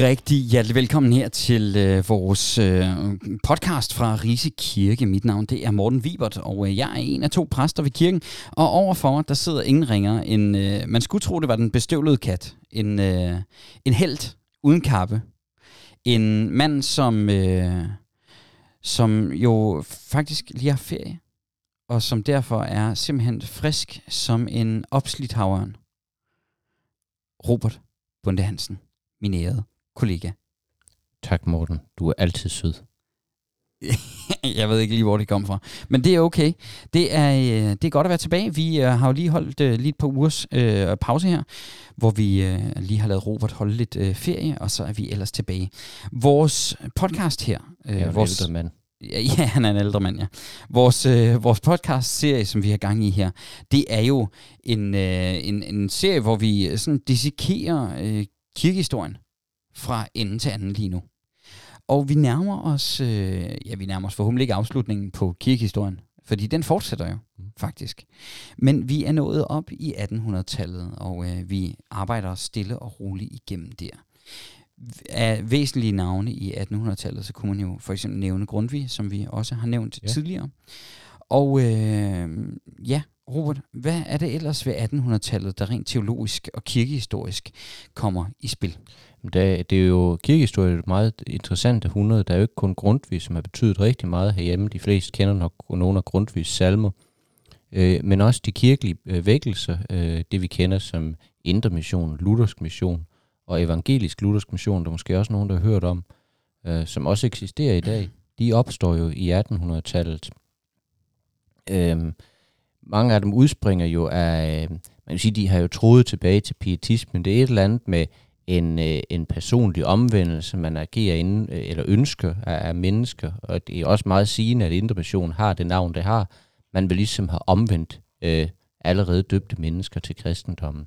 Rigtig hjertelig velkommen her til vores podcast fra Rise Kirke. Mit navn det er Morten Vibert, og jeg er en af 2 præster ved kirken. Og overfor der sidder ingen ringere end, man skulle tro det var den bestøvlede kat. En helt uden kappe. En mand, som jo faktisk lige har ferie. Og som derfor er simpelthen frisk som en opslidt havørn. Robert Bonde Hansen, min ærede kollega. Tak, Morten. Du er altid sød. Jeg ved ikke lige, hvor det kom fra. Men det er okay. Det er godt at være tilbage. Vi har jo lige holdt lige et par ugers pause her, hvor vi lige har lavet Robert holde lidt ferie, og så er vi ellers tilbage. Vores podcast her... ældre mand. Ja, han er en ældre mand, ja. Vores podcast-serie, som vi har gang i her, det er jo en serie, hvor vi sådan dissekerer kirkehistorien fra ende til anden lige nu. Og vi nærmer os forhåbentlig ikke afslutningen på kirkehistorien, fordi den fortsætter jo faktisk. Men vi er nået op i 1800-tallet, og vi arbejder stille og roligt igennem der. Af væsentlige navne i 1800-tallet, så kunne man jo for eksempel nævne Grundtvig, som vi også har nævnt tidligere. Og Robert, hvad er det ellers ved 1800-tallet, der rent teologisk og kirkehistorisk kommer i spil? Det er jo kirkehistorie et meget interessant århundrede. Der er jo ikke kun Grundtvig, som har betydet rigtig meget herhjemme. De fleste kender nok nogle af Grundtvigs salmer. Men også de kirkelige vækkelser, det vi kender som Indre Mission, Luthersk Mission og Evangelisk Luthersk Mission, der måske også nogen, der har hørt om, som også eksisterer i dag. De opstår jo i 1800-tallet. Mange af dem udspringer jo af, man kan sige, de har jo troet tilbage til pietismen. Det er et eller andet med en personlig omvendelse, man agerer inden, eller ønsker af mennesker, og det er også meget sigende, at Indre Mission har det navn, det har. Man vil ligesom have omvendt allerede døbte mennesker til kristendommen.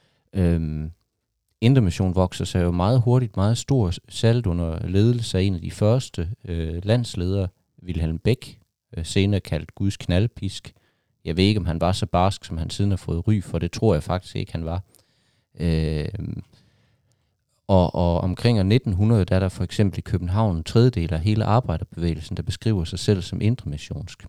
Indre Mission vokser sig jo meget hurtigt, meget stor, særligt under ledelse af en af de første landsledere, Wilhelm Beck, senere kaldt Guds knaldpisk. Jeg ved ikke, om han var så barsk, som han siden har fået ry for. Det tror jeg faktisk ikke, han var. Og omkring 1900, der er der for eksempel i København en tredjedel af hele arbejderbevægelsen, der beskriver sig selv som indremissionsk.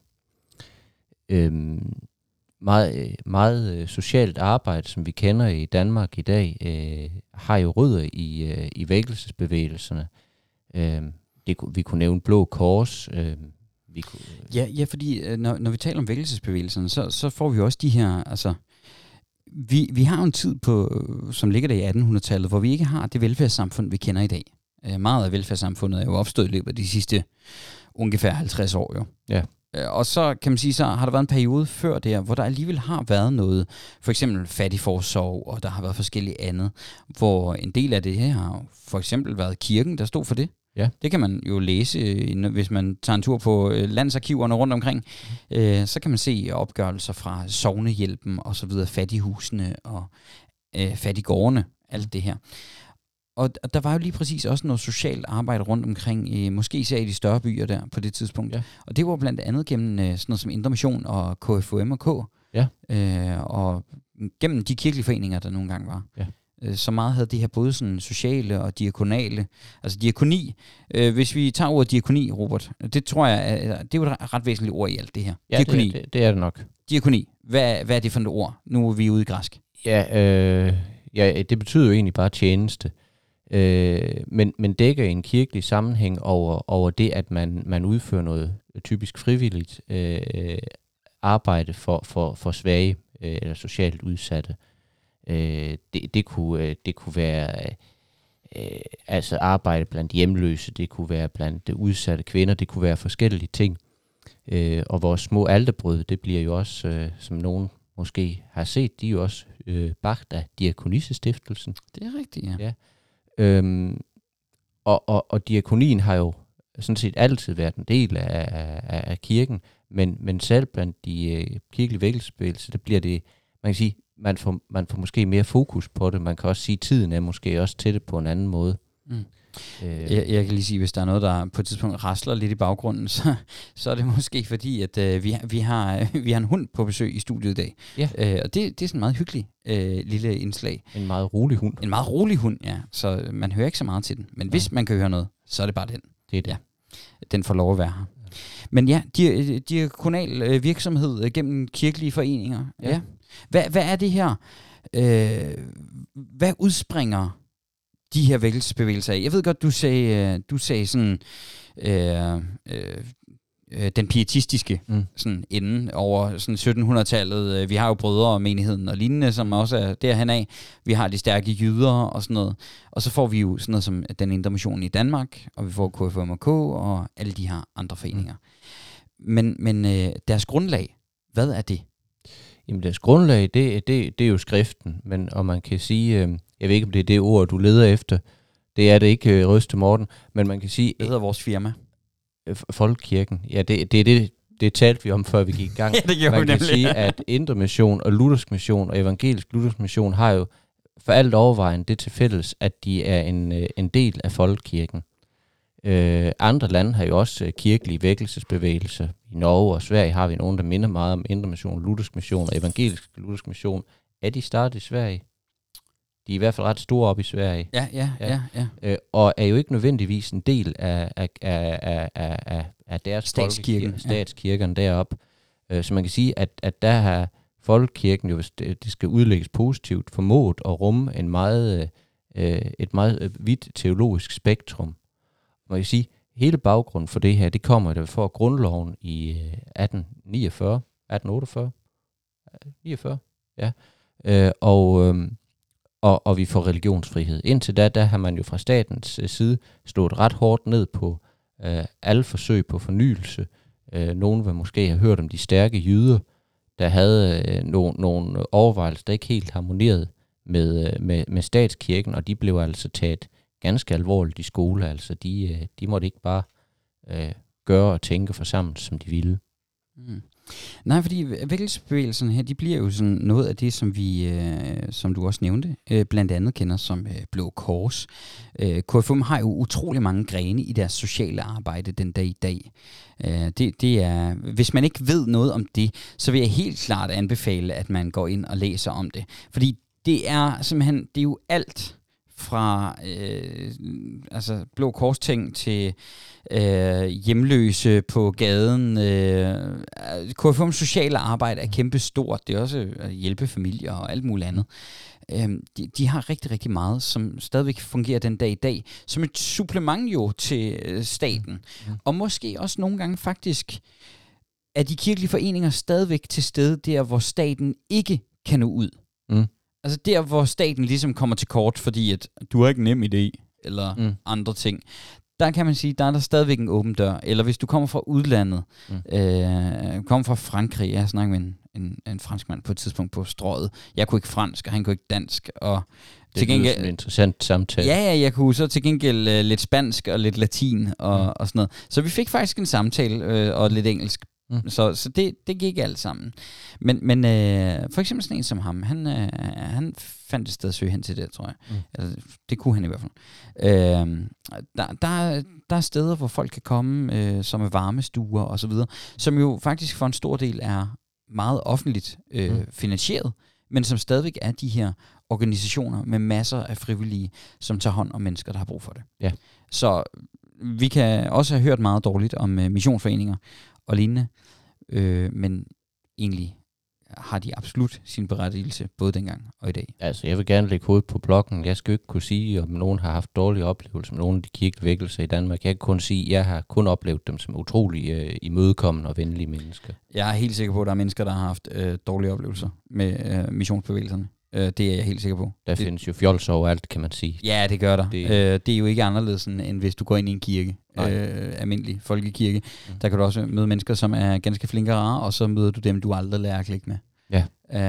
Meget socialt arbejde, som vi kender i Danmark i dag, har jo rødder i vækkelsesbevægelserne. Vi kunne nævne Blå Kors. Ja, fordi når vi taler om vækkelsesbevægelserne, så får vi også de her... Altså, vi har jo en tid, som ligger der i 1800-tallet, hvor vi ikke har det velfærdssamfund, vi kender i dag. Meget af velfærdssamfundet er jo opstået i løbet af de sidste ungefær 50 år. Jo. Ja. Og så kan man sige, så har der været en periode før der, hvor der alligevel har været noget, for eksempel fattigforsorg, og der har været forskellige andet, hvor en del af det her har for eksempel været kirken, der stod for det. Ja. Det kan man jo læse, hvis man tager en tur på landsarkiverne rundt omkring. Så kan man se opgørelser fra sognehjælpen og så videre, fattighusene og fattiggårdene, alt det her. Og der var jo lige præcis også noget socialt arbejde rundt omkring, måske især i de større byer der på det tidspunkt. Ja. Og det var blandt andet gennem sådan noget som Indre Mission og KFUM og K. Ja. Og gennem de kirkelige foreninger, der nogle gange var. Ja. Så meget havde det her både sådan sociale og diakonale, altså diakoni. Hvis vi tager ordet diakoni, Robert, det tror jeg, det er jo et ret væsentligt ord i alt det her. Ja, diakoni. Det er det nok. Diakoni. Hvad er det for et ord? Nu er vi ude i græsk. Ja, det betyder jo egentlig bare tjeneste. Men dækker en kirkelig sammenhæng over det, at man udfører noget typisk frivilligt arbejde for svage eller socialt udsatte. Det kunne være altså arbejde blandt hjemløse, det kunne være blandt udsatte kvinder, det kunne være forskellige ting. Og vores små alterbrød, det bliver jo også, som nogen måske har set, de er jo også bagt af Diakonissestiftelsen. Det er rigtigt, ja. Og diakonien har jo sådan set altid været en del af kirken, men selv blandt de kirkelige vækkelsesbevægelser, der bliver det, man kan sige, man får måske mere fokus på det. Man kan også sige, at tiden er måske også til det på en anden måde. Jeg kan lige sige, hvis der er noget, der på et tidspunkt rasler lidt i baggrunden, så er det måske fordi, at vi har en hund på besøg i studiet i dag. Ja. Og det er sådan en meget hyggelig lille indslag. En meget rolig hund. En meget rolig hund, ja. Så man hører ikke så meget til den. Men hvis man kan høre noget, så er det bare den. Det er det. Ja. Den får lov at være her. Men ja, diakonal virksomhed gennem kirkelige foreninger. Ja. Hvad er det her? Hvad udspringer de her vækkelsesbevægelser af? Jeg ved godt, du sagde sådan den pietistiske sådan inden over sådan 1700-tallet. Vi har jo brødremenigheden og lignende, som også er derhen af. Vi har de stærke jyder og sådan noget. Og så får vi jo sådan noget som den Indre Mission i Danmark, og vi får KFUMK og alle de her andre foreninger. Men deres grundlag, hvad er det? Jamen deres grundlag, det er jo skriften, og man kan sige, jeg ved ikke om det er det ord, du leder efter, det er det ikke, Røste Morten, men man kan sige... Det hedder vores firma. Folkekirken, ja, det talte vi om, før vi gik i gang. Ja, det gjorde man kan sige, at Indre Mission og Luthersk Mission og Evangelisk Luthersk Mission har jo for alt overvejende det til fælles, at de er en del af folkekirken. Andre lande har jo også kirkelige vækkelsesbevægelser. I Norge og Sverige har vi nogen, der minder meget om Indre Mission, Luthersk Mission og Evangelisk Luthersk Mission. Er de startet i Sverige? De er i hvert fald ret store op i Sverige. Ja. Og er jo ikke nødvendigvis en del af deres statskirken deroppe. Så man kan sige, at der har folkekirken jo, hvis det skal udlægges positivt, formået at rumme et meget vidt teologisk spektrum. Man kan sige, hele baggrunden for det her, det kommer der for grundloven i 1849, ja. Og vi får religionsfrihed. Indtil da har man jo fra statens side stået ret hårdt ned på alle forsøg på fornyelse. Nogen vil måske have hørt om de stærke jyder, der havde nogle overvejelser, der ikke helt harmonerede med statskirken, og de blev altså taget ganske alvorligt i skole. Altså de måtte ikke bare gøre og tænke for sammen, som de ville. Nej, fordi vækkelsesbevægelserne her, de bliver jo sådan noget af det, som vi, som du også nævnte, blandt andet kender som Blå Kors. KFUM har jo utrolig mange grene i deres sociale arbejde den dag i dag. Det er, hvis man ikke ved noget om det, så vil jeg helt klart anbefale, at man går ind og læser om det. Fordi det er simpelthen, det er jo alt fra Blå Kors ting til hjemløse på gaden. KFUM's sociale arbejde er kæmpestort. Det er også at hjælpe familier og alt muligt andet. De har rigtig, rigtig meget, som stadigvæk fungerer den dag i dag, som et supplement jo til staten. Og måske også nogle gange faktisk er de kirkelige foreninger stadigvæk til stede der, hvor staten ikke kan nå ud. Altså der, hvor staten ligesom kommer til kort, fordi at du har ikke en nem idé, eller andre ting. Der kan man sige, der er der stadigvæk en åben dør. Eller hvis du kommer fra udlandet, kommer fra Frankrig, jeg snakkede med en franskmand på et tidspunkt på Strøget. Jeg kunne ikke fransk, og han kunne ikke dansk. Og det til gengæld en interessant samtale. Ja, jeg kunne så til gengæld lidt spansk og lidt latin og sådan noget. Så vi fik faktisk en samtale og lidt engelsk. Så det gik alt sammen. Men for eksempel sådan en som ham, han fandt et sted at søge hen til det, tror jeg. Altså, det kunne han i hvert fald. Der er steder, hvor folk kan komme, som er varmestuer og så videre, som jo faktisk for en stor del er meget offentligt finansieret, men som stadigvæk er de her organisationer med masser af frivillige, som tager hånd om mennesker, der har brug for det. Ja. Så vi kan også have hørt meget dårligt om missionsforeninger og lignende, men egentlig har de absolut sin berettigelse, både dengang og i dag. Altså, jeg vil gerne lægge hovedet på blokken. Jeg skal jo ikke kunne sige, om nogen har haft dårlige oplevelser med nogle af de kirkelige vækkelser i Danmark. Jeg kan kun sige, at jeg har kun oplevet dem som utrolig imødekommende og venlige mennesker. Jeg er helt sikker på, at der er mennesker, der har haft dårlige oplevelser med missionsbevægelserne. Det er jeg helt sikker på. Der findes jo fjols overalt, kan man sige. Ja, det gør der. Det er jo ikke anderledes, end hvis du går ind i en kirke. Almindelig folkekirke. Der kan du også møde mennesker, som er ganske flinke og rare, og så møder du dem, du aldrig lærer at klikke med. Ja.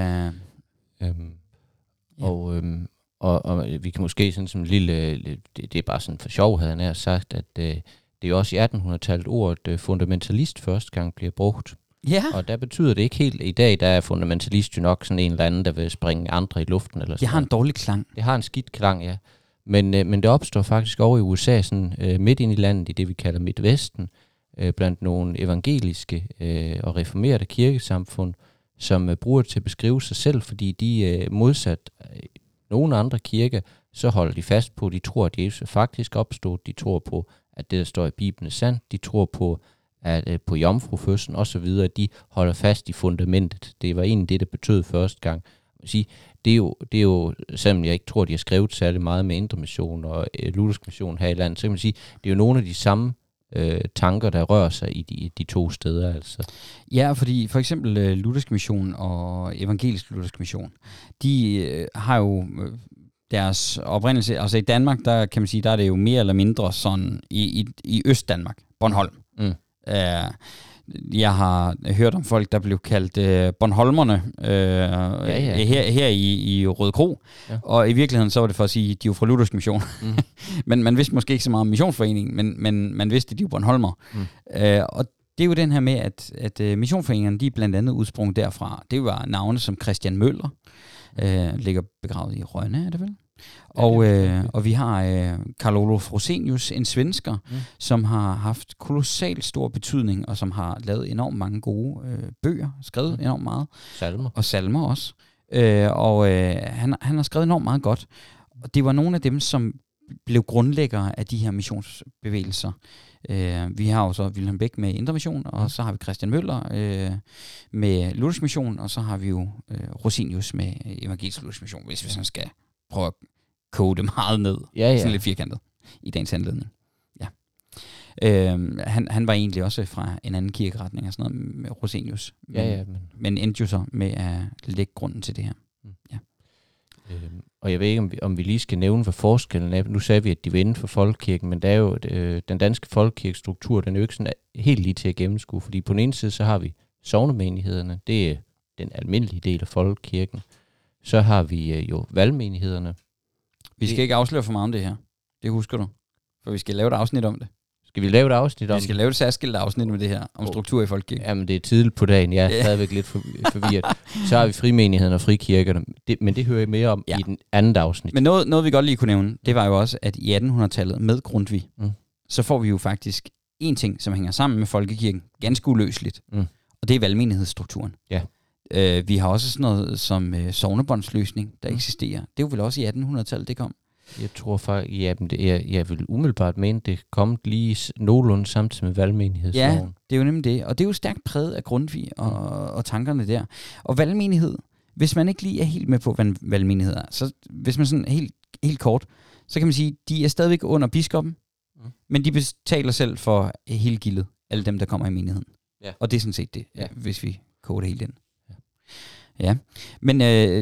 Og vi kan måske sådan som en lille... Det er bare sådan for sjov, havde han sagt, at det er jo også i 1800-tallet ordet fundamentalist første gang bliver brugt. Ja. Og der betyder det ikke helt, i dag der er fundamentalist jo nok sådan en eller anden, der vil springe andre i luften. Eller sådan. Det har en dårlig klang. Det har en skidt klang, ja. Men det opstår faktisk over i USA, sådan midt ind i landet, i det vi kalder Midtvesten, blandt nogle evangeliske og reformerede kirkesamfund, som bruger det til at beskrive sig selv, fordi de modsat nogle andre kirker, så holder de fast på, at de tror, at Jesus faktisk opstod. De tror på, at det, der står i Bibelen, er sandt. De tror på, at på jomfrufødslen og så videre, de holder fast i fundamentet. Det var egentlig det, der betød første gang. Det er jo, selvom jeg ikke tror, de har skrevet særlig meget med Indre Mission og Luthersk Mission her i landet, så kan man sige, det er jo nogle af de samme tanker, der rører sig i de to steder. Altså. Ja, fordi for eksempel Luthersk Mission og Evangelisk Luthersk Mission, de har jo deres oprindelse, altså i Danmark, der kan man sige, der er det jo mere eller mindre sådan i Østdanmark, Bornholm. Jeg har hørt om folk, der blev kaldt Bornholmerne her i Røde Kro, og i virkeligheden så var det for at sige, at de var fra Luthersk Mission. Men man vidste måske ikke så meget om Missionsforeningen, men man vidste, at de var Bornholmer. Og det er jo den her med, at Missionsforeningerne, de er blandt andet udsprunget derfra. Det var navne som Christian Møller, ligger begravet i Rønne, er det vel? Og vi har Karl Olof Rosenius, en svensker, som har haft kolossalt stor betydning, og som har lavet enormt mange gode bøger, skrevet enormt meget. Salmer. Og salmer også. Han har skrevet enormt meget godt. Og det var nogle af dem, som blev grundlæggere af de her missionsbevægelser. Vi har jo så Wilhelm Beck med Indre Mission, og så har vi Christian Møller med Luthersk Mission, og så har vi jo Rosenius med Evangelisk Luthersk Mission, hvis vi sådan skal prøve at koge det meget ned. Sådan lidt firkantet i dagens anledning. Ja. Han var egentlig også fra en anden kirkeretning og sådan noget med Rosenius. Men endte jo så med at lægge grunden til det her. Ja. Og jeg ved ikke, om vi lige skal nævne, hvad forskellen er. Nu sagde vi, at de var inden for folkekirken, men der er jo den danske folkekirkestruktur, den er jo ikke sådan helt lige til at gennemskue, fordi på den ene side, så har vi sognemenighederne, det er den almindelige del af folkekirken. Så har vi jo valgmenighederne. Vi skal ikke afsløre for meget om det her. Det husker du. For vi skal lave et afsnit om det. Skal vi lave et afsnit om det? Vi skal lave et særskilt afsnit med det her, om struktur i folkekirken. Jamen, det er tidligt på dagen. Jeg er stadigvæk lidt forvirret. Så har vi frimenighederne og frikirkerne. Men det hører jeg mere om i den anden afsnit. Men noget vi godt lige kunne nævne, det var jo også, at i 1800-tallet med Grundtvig, så får vi jo faktisk en ting, som hænger sammen med folkekirken, ganske uløseligt. Og det er valgmenighedsstrukturen. Ja. Vi har også sådan noget som sognebåndsløsning, der eksisterer. Det er jo vel også i 1800-tallet, det kom. Jeg tror faktisk, jeg vil umiddelbart mene, det kom lige nogenlunde samtidig med valgmenighedsloven. Ja, det er jo nemlig det. Og det er jo stærkt præget af Grundtvig og tankerne der. Og valgmenighed, hvis man ikke lige er helt med på, hvad valgmenighed er, så hvis man sådan helt kort, så kan man sige, de er stadigvæk under biskoppen, men de betaler selv for hele gildet, alle dem, der kommer i menigheden. Ja. Og det er sådan set det, hvis vi koger det helt ind. Ja, men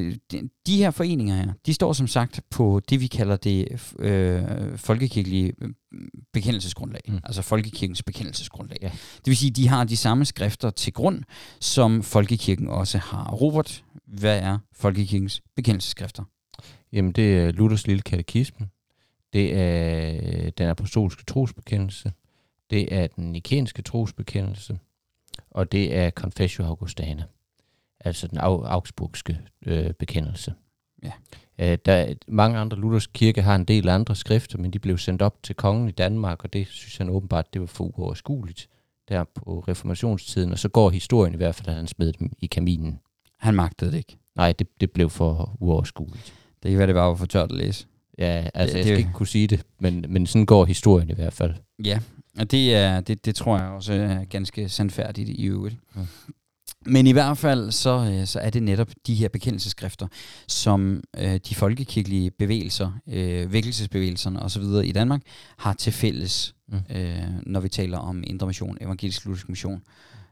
de her foreninger her, de står som sagt på det, vi kalder det folkekirkelige bekendelsesgrundlag. Altså folkekirkens bekendelsesgrundlag. Ja. Det vil sige, de har de samme skrifter til grund, som folkekirken også har. Robert, hvad er folkekirkens bekendelsesskrifter? Jamen, det er Luthers lille katekisme. Det er den apostolske trosbekendelse. Det er den nikenske trosbekendelse. Og det er Confessio Augustana. Altså den augsburgske bekendelse. Ja. Der mange andre lutherske kirker har en del andre skrifter, men de blev sendt op til kongen i Danmark, og det synes han åbenbart, det var for uoverskueligt der på reformationstiden, og så går historien i hvert fald, at han smed dem i kaminen. Han magtede det ikke? Nej, det blev for uoverskueligt. Det kan være, det var for tørt at læse. Ja, altså jeg skal ikke kunne sige det, men sådan går historien i hvert fald. Ja, og det tror jeg også er ganske sandfærdigt i øvrigt. Ja. Men i hvert fald så er det netop de her bekendelsesskrifter, som de folkekirkelige bevægelser, vækkelsesbevægelserne osv. i Danmark har til fælles, når vi taler om Indre Mission, Evangelisk Luthersk Mission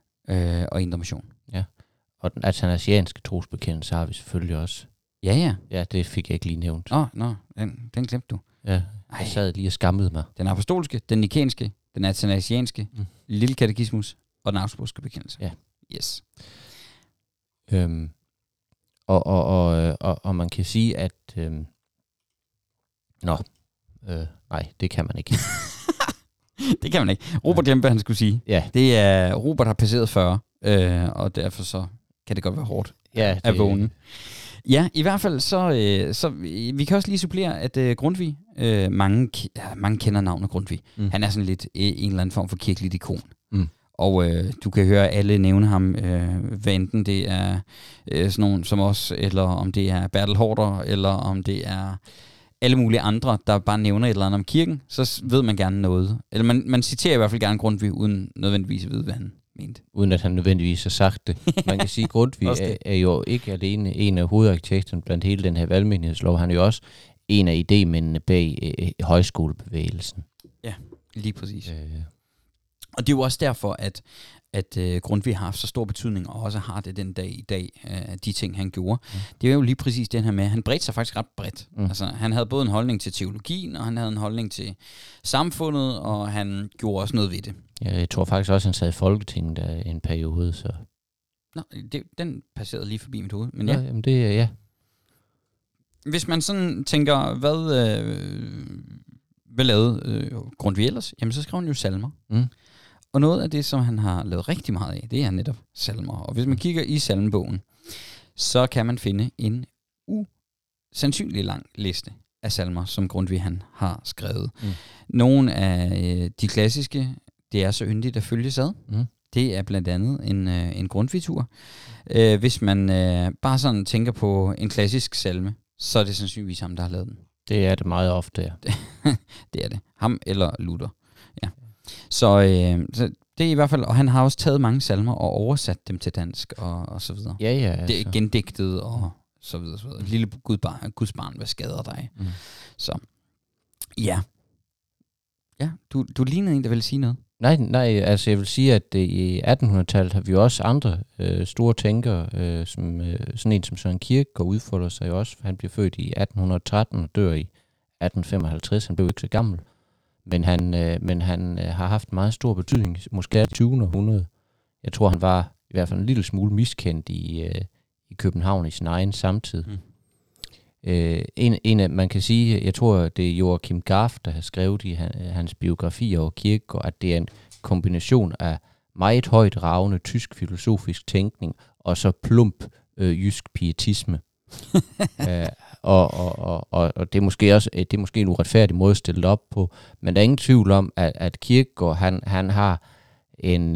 og Indre Mission. Ja, og den athanasianske trosbekendelse har vi selvfølgelig også. Ja. Ja, det fik jeg ikke lige nævnt. Den glemte du. Ja, jeg sad lige og skammede mig. Den apostolske, den nikenske, den athanasianske, lille katekismus og den augsburgske bekendelse. Ja. Yes. Og man kan sige, at nej, det kan man ikke. Det kan man ikke. Robert glemte, hvad han skulle sige. Ja. Det er, Robert har passeret 40, og derfor så kan det godt være hårdt at vågne. Ja, i hvert fald så vi kan også lige supplere, at Grundtvig, mange kender navnet Grundtvig. Han er sådan lidt en eller anden form for kirkeligt ikon. Og du kan høre alle nævne ham, hvad enten det er sådan nogen som os, eller om det er Bertel Haarder, eller om det er alle mulige andre, der bare nævner et eller andet om kirken, så ved man gerne noget. Eller man citerer i hvert fald gerne Grundtvig, uden nødvendigvis at vide, hvad han mente. Uden at han nødvendigvis har sagt det. Man kan sige, at Grundtvig er jo ikke alene en af hovedarkitekterne blandt hele den her valgmenighedslov. Han er jo også en af idémændene bag højskolebevægelsen. Ja, lige præcis. Og det er jo også derfor, at Grundtvig har haft så stor betydning, og også har det den dag i dag, de ting, han gjorde. Det er jo lige præcis den her med, han bredte sig faktisk ret bredt. Altså, han havde både en holdning til teologien, og han havde en holdning til samfundet, og han gjorde også noget ved det. Ja, jeg tror faktisk også, han sad i Folketinget en periode, så... Nå, den passerede lige forbi mit hoved, men ja. Jamen det er, ja. Hvis man sådan tænker, hvad lavede Grundtvig ellers? Jamen, så skrev han jo salmer. Og noget af det, som han har lavet rigtig meget af, det er netop salmer. Og hvis man kigger i salmebogen, så kan man finde en usandsynlig lang liste af salmer, som Grundtvig han har skrevet. Nogle af de klassiske, det er så yndigt at følges ad. Det er blandt andet en Grundtvig-tur. Hvis man bare sådan tænker på en klassisk salme, så er det sandsynligvis ham, der har lavet den. Det er det meget ofte, ja. Det er det. Ham eller Luther. Ja. Så det er i hvert fald, og han har også taget mange salmer og oversat dem til dansk og så videre. Ja, altså. Det er gendigtet og så videre, så videre. Lille Guds barn, hvad skader dig? Så, ja. Ja, du lignede en, der ville sige noget. Nej, altså jeg vil sige, at i 1800-tallet har vi også andre store tænkere, som sådan en som Søren Kierkegaard udfolder sig jo også. Han bliver født i 1813 og dør i 1855. Han blev ikke så gammel. Men han har haft meget stor betydning, måske i 20. århundrede. Jeg tror, han var i hvert fald en lille smule miskendt i København i sin egen samtid. En af, man kan sige, jeg tror, det er Joachim Garf, der har skrevet i hans biografi over Kierkegaard, at det er en kombination af meget højt ravende tysk filosofisk tænkning, og så plump jysk pietisme. Og det er måske også en uretfærdig måde at stille det op på, men der er ingen tvivl om, at Kierkegaard han har en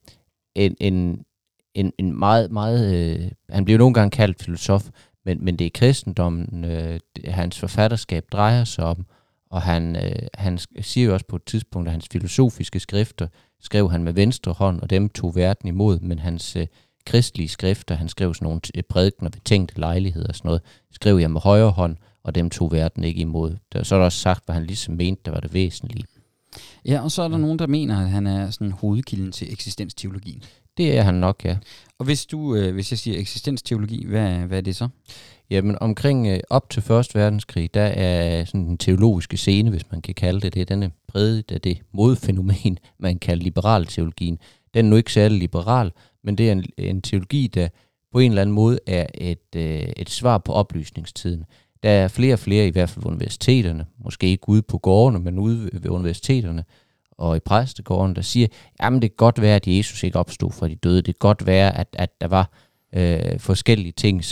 meget meget han bliver nogle gange kaldt filosof, men det er kristendommen hans forfatterskab drejer sig om, og han siger jo også på et tidspunkt, at hans filosofiske skrifter skrev han med venstre hånd, og dem tog verden imod, men hans kristelige skrifter, han skrev sådan nogle prædikener ved tænkte lejligheder og sådan noget, skrev jeg med højre hånd, og dem tog verden ikke imod. Så er der også sagt, hvad han ligesom mente, der var det væsentlige. Ja, og så er der nogen, der mener, at han er sådan hovedkilden til eksistensteologien. Det er han nok, ja. Og hvis jeg siger eksistensteologi, hvad er det så? Jamen omkring op til 1. verdenskrig, der er sådan en teologiske scene, hvis man kan kalde det. Den er præget af det modfænomen, man kalder liberalteologien. Den er nu ikke særlig liberal, men det er en teologi, der på en eller anden måde er et svar på oplysningstiden. Der er flere og flere, i hvert fald på universiteterne, måske ikke ude på gårdene, men ude ved universiteterne og i præstegården, der siger, jamen det kan godt være, at Jesus ikke opstod fra de døde. Det kan godt være, at der var forskellige ting,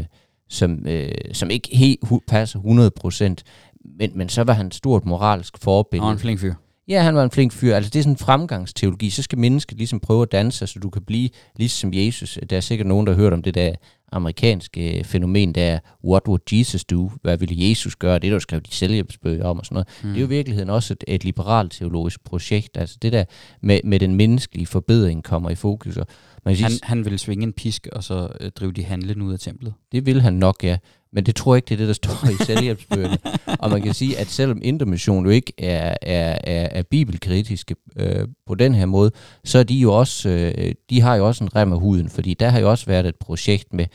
som ikke helt passer 100%, men så var han et stort moralsk forbillede. Og en flink fyr. Ja, han var en flink fyr. Altså det er sådan en fremgangsteologi. Så skal mennesket ligesom prøve at danse, så du kan blive ligesom Jesus. Der er sikkert nogen, der har hørt om det der amerikanske fænomen, der er, what would Jesus do? Hvad ville Jesus gøre? Det er der skrevet de selvhjælpsbøger om og sådan noget. Det er jo i virkeligheden også et liberalt teologisk projekt. Altså det der med den menneskelige forbedring kommer i fokus. Og man kan sige, han ville svinge en pisk, og så drive de handlende ud af templet. Det vil han nok, ja. Men det tror jeg ikke, det er det, der står i selvhjælpsbøgerne. Og man kan sige, at selvom Indremission jo ikke er bibelkritiske på den her måde, så er de jo også, de har jo også en rem af huden, fordi der har jo også været et projekt med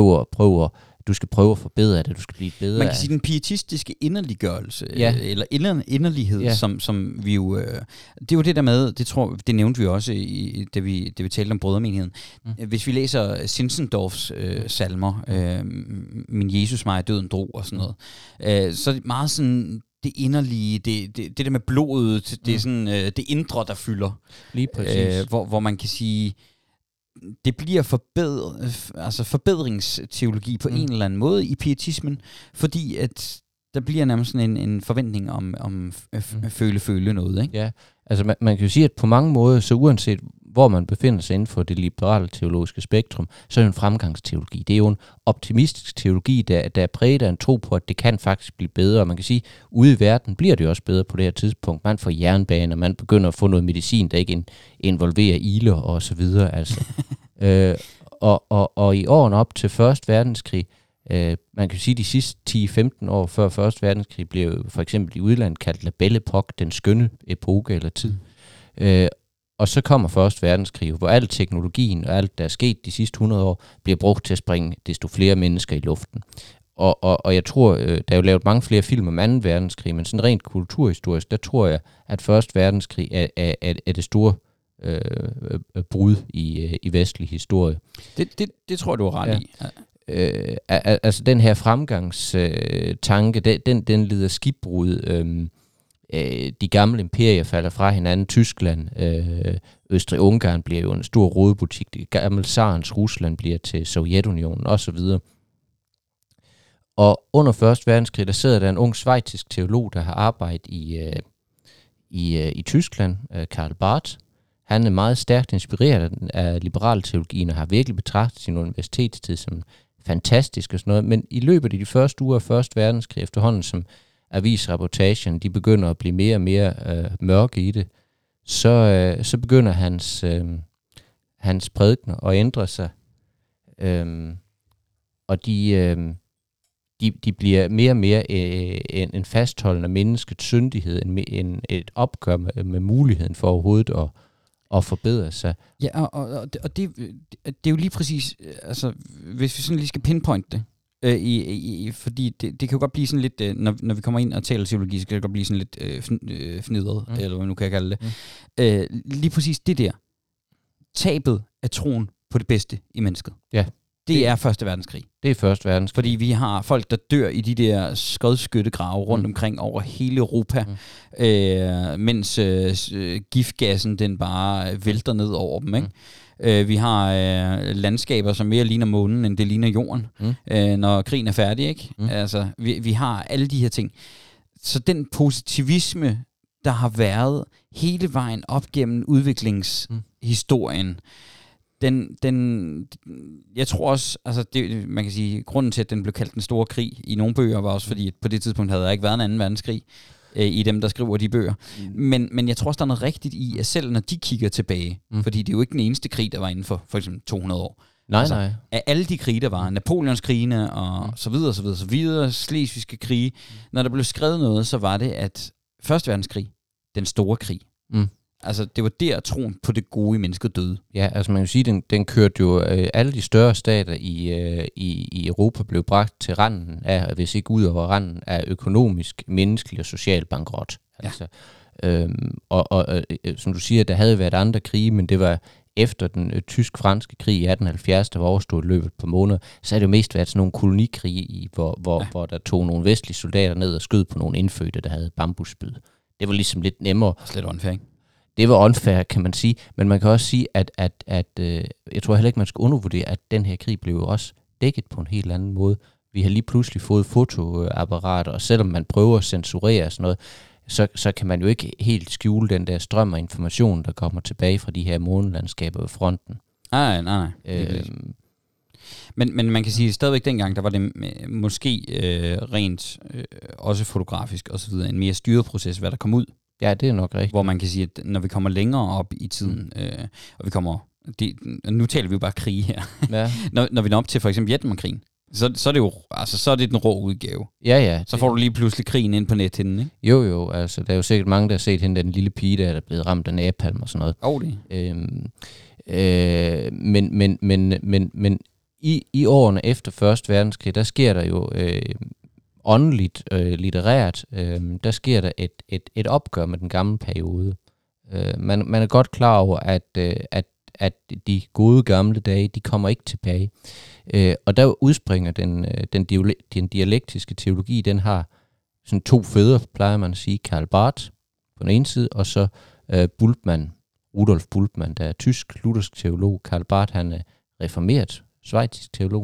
du skal prøve at forbedre det, du skal blive bedre. Man kan sige den pietistiske inderliggørelse, eller inderlighed, som vi jo... det er jo det der med, det nævnte vi også, da vi talte om brødremenigheden. Hvis vi læser Zinzendorfs salmer, Min Jesus mig døden drog og sådan noget, så er det meget sådan... Det inderlige, det der med blodet, det er sådan det indre, der fylder. Lige præcis. Hvor man kan sige, det bliver forbedringsteologi på en eller anden måde i pietismen, fordi at der bliver nærmest sådan en forventning om føle noget, ikke? Ja, altså man kan jo sige, at på mange måder, så uanset hvor man befinder sig inden for det liberale teologiske spektrum, så er det en fremgangsteologi. Det er jo en optimistisk teologi, der er præget af en tro på, at det kan faktisk blive bedre. Man kan sige, at ude i verden bliver det også bedre på det her tidspunkt. Man får jernbaner, man begynder at få noget medicin, der ikke involverer iler og så videre. Altså. Og i årene op til 1. verdenskrig, man kan sige, at de sidste 10-15 år før 1. verdenskrig blev for eksempel i udlandet kaldt La Belle Époque, den skønne epoke eller tid. Og så kommer 1. verdenskrig, hvor al teknologien og alt, der er sket de sidste 100 år, bliver brugt til at springe desto flere mennesker i luften. Og jeg tror, der er jo lavet mange flere film om 2. verdenskrig, men sådan rent kulturhistorisk, der tror jeg, at 1. verdenskrig er det store brud i vestlig historie. Det tror du er ret i. Altså den her fremgangstanke, den lider skibbrud. De gamle imperier falder fra hinanden. Tyskland, Østrig-Ungarn bliver jo en stor rodebutik. Det gamle tsarens Rusland bliver til Sovjetunionen osv. Og under 1. verdenskrig, der sidder der en ung schweizisk teolog, der har arbejdet i Tyskland, Karl Barth. Han er meget stærkt inspireret af liberal teologien og har virkelig betragtet sin universitetstid som fantastisk og sådan noget. Men i løbet af de første uger af 1. verdenskrig, efterhånden som avisreportagen, de begynder at blive mere og mere mørke i det, så begynder hans prædikener at ændre sig. Og de bliver mere og mere en fastholdende af menneskets syndighed, end et opgør med muligheden for overhovedet at forbedre sig. Ja, og det er jo lige præcis, altså hvis vi sådan lige skal pinpointe det, fordi det kan jo godt blive sådan lidt, når vi kommer ind og taler teologi, så kan det godt blive sådan lidt fnidret, eller hvad man nu kan kalde det. Lige præcis det der, tabet af troen på det bedste i mennesket. Ja. Det er 1. verdenskrig. Det er 1. verdenskrig. Fordi vi har folk, der dør i de der skodskyttegrave rundt omkring over hele Europa, mens giftgassen den bare vælter ned over dem, ikke? Vi har landskaber, som mere ligner månen, end det ligner jorden, når krigen er færdig, ikke? Altså, vi har alle de her ting. Så den positivisme, der har været hele vejen op gennem udviklingshistorien, jeg tror også, altså det, man kan sige, grunden til, at den blev kaldt den store krig i nogle bøger, var også fordi, at på det tidspunkt havde der ikke været en 2. verdenskrig i dem, der skriver de bøger. Men jeg tror også, der er noget rigtigt i, at selv når de kigger tilbage, fordi det er jo ikke den eneste krig, der var inden for eksempel 200 år. Nej. Af alle de krige, der var, Napoleonskrigene og så videre, slesvigske krige, når der blev skrevet noget, så var det, at 1. verdenskrig, den store krig, altså, det var der troen på det gode i mennesket døde. Ja, altså man kan sige, den kørte jo, alle de større stater i Europa blev bragt til randen af, hvis ikke ud over randen, af økonomisk, menneskelig og social bankrot. Ja. Altså, som du siger, der havde været andre krige, men det var efter den tysk-franske krig i 1870, der var overstået løbet på måneder, så har det jo mest været sådan nogle kolonikrige, hvor der tog nogle vestlige soldater ned og skød på nogle indfødte, der havde bambusspyd. Det var ligesom lidt nemmere. Slet unfair, ikke? Det var unfair, kan man sige, men man kan også sige, at jeg tror heller ikke, man skal undervurdere, at den her krig blev jo også dækket på en helt anden måde. Vi har lige pludselig fået fotoapparater, og selvom man prøver at censurere sådan noget, så kan man jo ikke helt skjule den der strøm af information, der kommer tilbage fra de her månelandskaber ved fronten. Nej. Men man kan sige, at stadigvæk dengang, der var det måske rent også fotografisk og så videre, en mere styret proces, hvad der kom ud. Ja, det er nok rigtigt. Hvor man kan sige, at når vi kommer længere op i tiden, og vi kommer... nu taler vi jo bare krig her. Ja. når vi når op til for eksempel Vietnamkrigen, så er det jo, altså så er det den rå udgave. Ja. Så får du lige pludselig krigen ind på nethinden, ikke? Jo, altså der er jo sikkert mange, der har set hende, den lille pige, der er blevet ramt af napalm og sådan noget. Men i årene efter 1. verdenskrig, der sker der jo åndeligt, litterært, der sker der et opgør med den gamle periode. Man er godt klar over, at de gode gamle dage, de kommer ikke tilbage. Og der udspringer den dialektiske teologi, den har sådan to fædre, plejer man at sige, Karl Barth på den ene side, og så Bultmann Rudolf Bultmann, der er tysk luthersk teolog. Karl Barth, han er reformeret schweizisk teolog.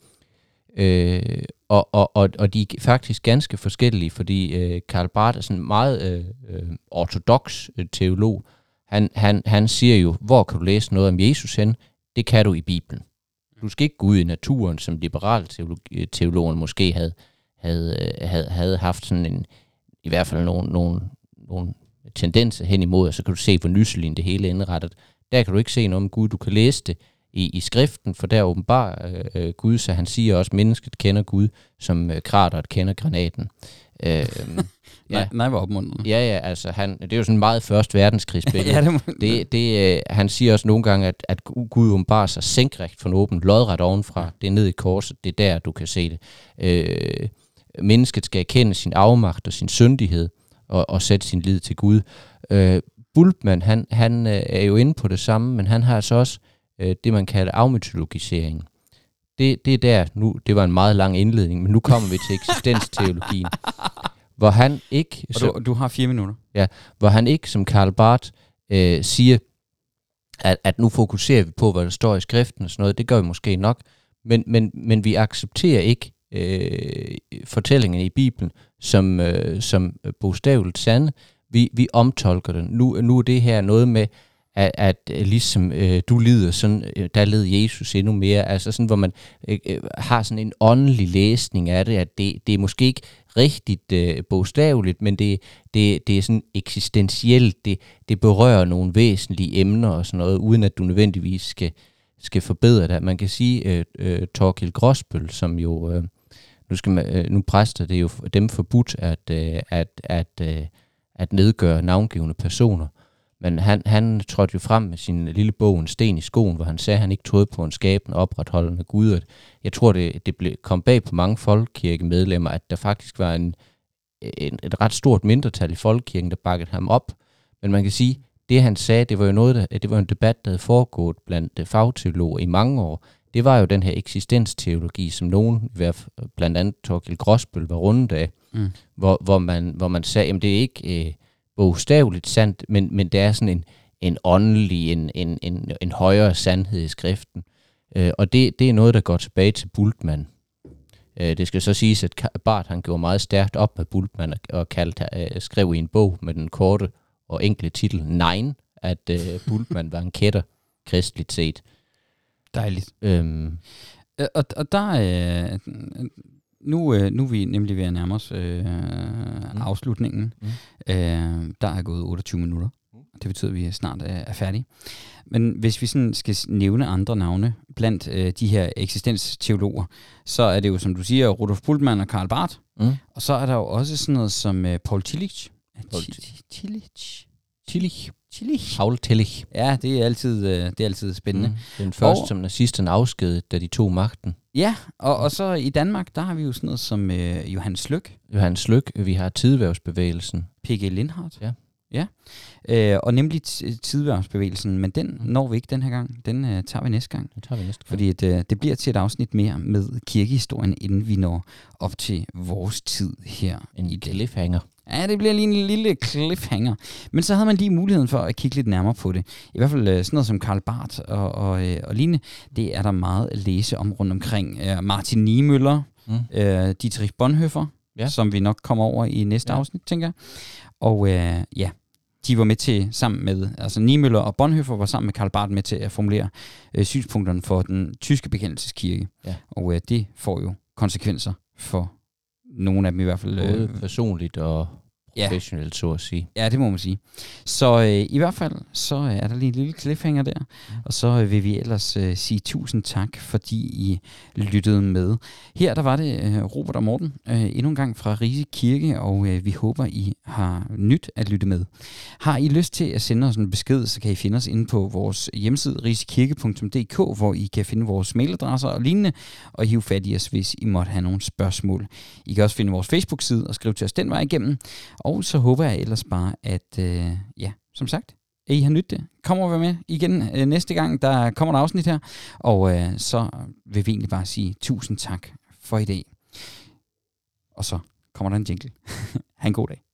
Og de er faktisk ganske forskellige, fordi Karl Barth er sådan en meget ortodox teolog. Han siger jo, hvor kan du læse noget om Jesus hen? Det kan du i Bibelen. Du skal ikke gå ud i naturen, som liberale teologerne måske havde haft sådan en, i hvert fald nogle tendenser hen imod, og så kan du se, hvor nyselig det hele er indrettet. Der kan du ikke se noget om Gud. Du kan læse det i skriften, for der åbenbar Gud, så han siger også, at mennesket kender Gud, som krateret kender granaten. Nej, hvor opmuntrende. Ja, altså det er jo sådan meget første verdenskrigspil. Han siger også nogle gange, at Gud åbenbarer sig sænkrigt for en åben, lodret ovenfra. Det er ned i korset, det er der, du kan se det. Mennesket skal erkende sin afmagt og sin syndighed, og sætte sin lid til Gud. Bultmann, han er jo inde på det samme, men han har altså også det, man kalder afmytologisering. Det er der, nu, det var en meget lang indledning, men nu kommer vi til eksistensteologien. Hvor han ikke... Du har 4 minutter. Ja, hvor han ikke, som Karl Barth, siger, at nu fokuserer vi på, hvad der står i skriften og sådan noget. Det gør vi måske nok, men vi accepterer ikke fortællingen i Bibelen som bogstaveligt sande. Vi omtolker den. Nu er det her noget med, at ligesom du lider, sådan, der led Jesus endnu mere. Altså sådan, hvor man har sådan en åndelig læsning af det, at det er måske ikke rigtigt bogstaveligt, men det er sådan eksistentielt. Det berører nogle væsentlige emner og sådan noget, uden at du nødvendigvis skal forbedre det. Man kan sige, Thorkild Grosbøll, som jo... Nu præster det jo dem forbudt at nedgøre navngivende personer. Men han trådte jo frem med sin lille bog, En sten i skoen, hvor han sagde, at han ikke troede på en skabende opretholdende Gud. Jeg tror, det kom bag på mange folkekirkemedlemmer, at der faktisk var et ret stort mindretal i folkekirken, der bakkede ham op. Men man kan sige, det han sagde, det var jo det var en debat, der havde foregået blandt fagteologer i mange år. Det var jo den her eksistensteologi, som nogen, blandt andet Thorkild Grosbøll, var rundet af, hvor man sagde, at det er ikke bogstaveligt sandt, men det er sådan en åndelig, en højere sandhed i skriften. Og det er noget, der går tilbage til Bultmann. Det skal så siges, at Barth han gjorde meget stærkt op med Bultmann og skrev i en bog med den korte og enkle titel Nein, at Bultmann var en kætter, kristeligt set. Dejligt. Og der nu er vi nemlig ved at nærme os afslutningen. Der er gået 28 minutter. Det betyder, at vi snart er færdige. Men hvis vi sådan skal nævne andre navne blandt de her eksistensteologer, så er det jo, som du siger, Rudolf Bultmann og Karl Barth. Og så er der jo også sådan noget som Paul Tillich. Paul Tillich. Ja, det er altid spændende. Den første, som nazisterne afskedede, da de tog magten. Ja, og så i Danmark, der har vi jo sådan noget som Johannes Sløk. Johannes Sløk, vi har Tidehvervsbevægelsen. P.G. Lindhardt. Ja. Og nemlig Tidehvervsbevægelsen, men den når vi ikke den her gang. Den tager vi næste gang. Fordi det bliver til et afsnit mere med kirkehistorien, inden vi når op til vores tid her. En cliffhanger. Ja, det bliver lige en lille cliffhanger. Men så havde man lige muligheden for at kigge lidt nærmere på det. I hvert fald sådan noget som Karl Barth og lignende. Det er der meget at læse om rundt omkring. Martin Niemöller, Dietrich Bonhoeffer, som vi nok kommer over i næste afsnit, tænker jeg. Og de var med til sammen med, altså Niemöller og Bonhoeffer var sammen med Karl Barth med til at formulere synspunkterne for den tyske bekendelseskirke. Ja. Og det får jo konsekvenser for nogle af dem i hvert fald. Både personligt og professionelt, så at sige. Ja, det må man sige. Så i hvert fald, så er der lige en lille cliffhanger der, og så vil vi ellers sige tusind tak, fordi I lyttede med. Her der var det Robert og Morten, endnu en gang fra Rise Kirke, og vi håber, I har nyt at lytte med. Har I lyst til at sende os en besked, så kan I finde os inde på vores hjemmeside, risekirke.dk, hvor I kan finde vores mailadresser og lignende, og hive fat i os, hvis I måtte have nogle spørgsmål. I kan også finde vores Facebook-side og skrive til os den vej igennem. Og så håber jeg ellers bare, at som sagt, at I har nydt det. Kom og vær med igen næste gang, der kommer et afsnit her. Og så vil vi egentlig bare sige tusind tak for i dag. Og så kommer der en jingle. Ha' en god dag.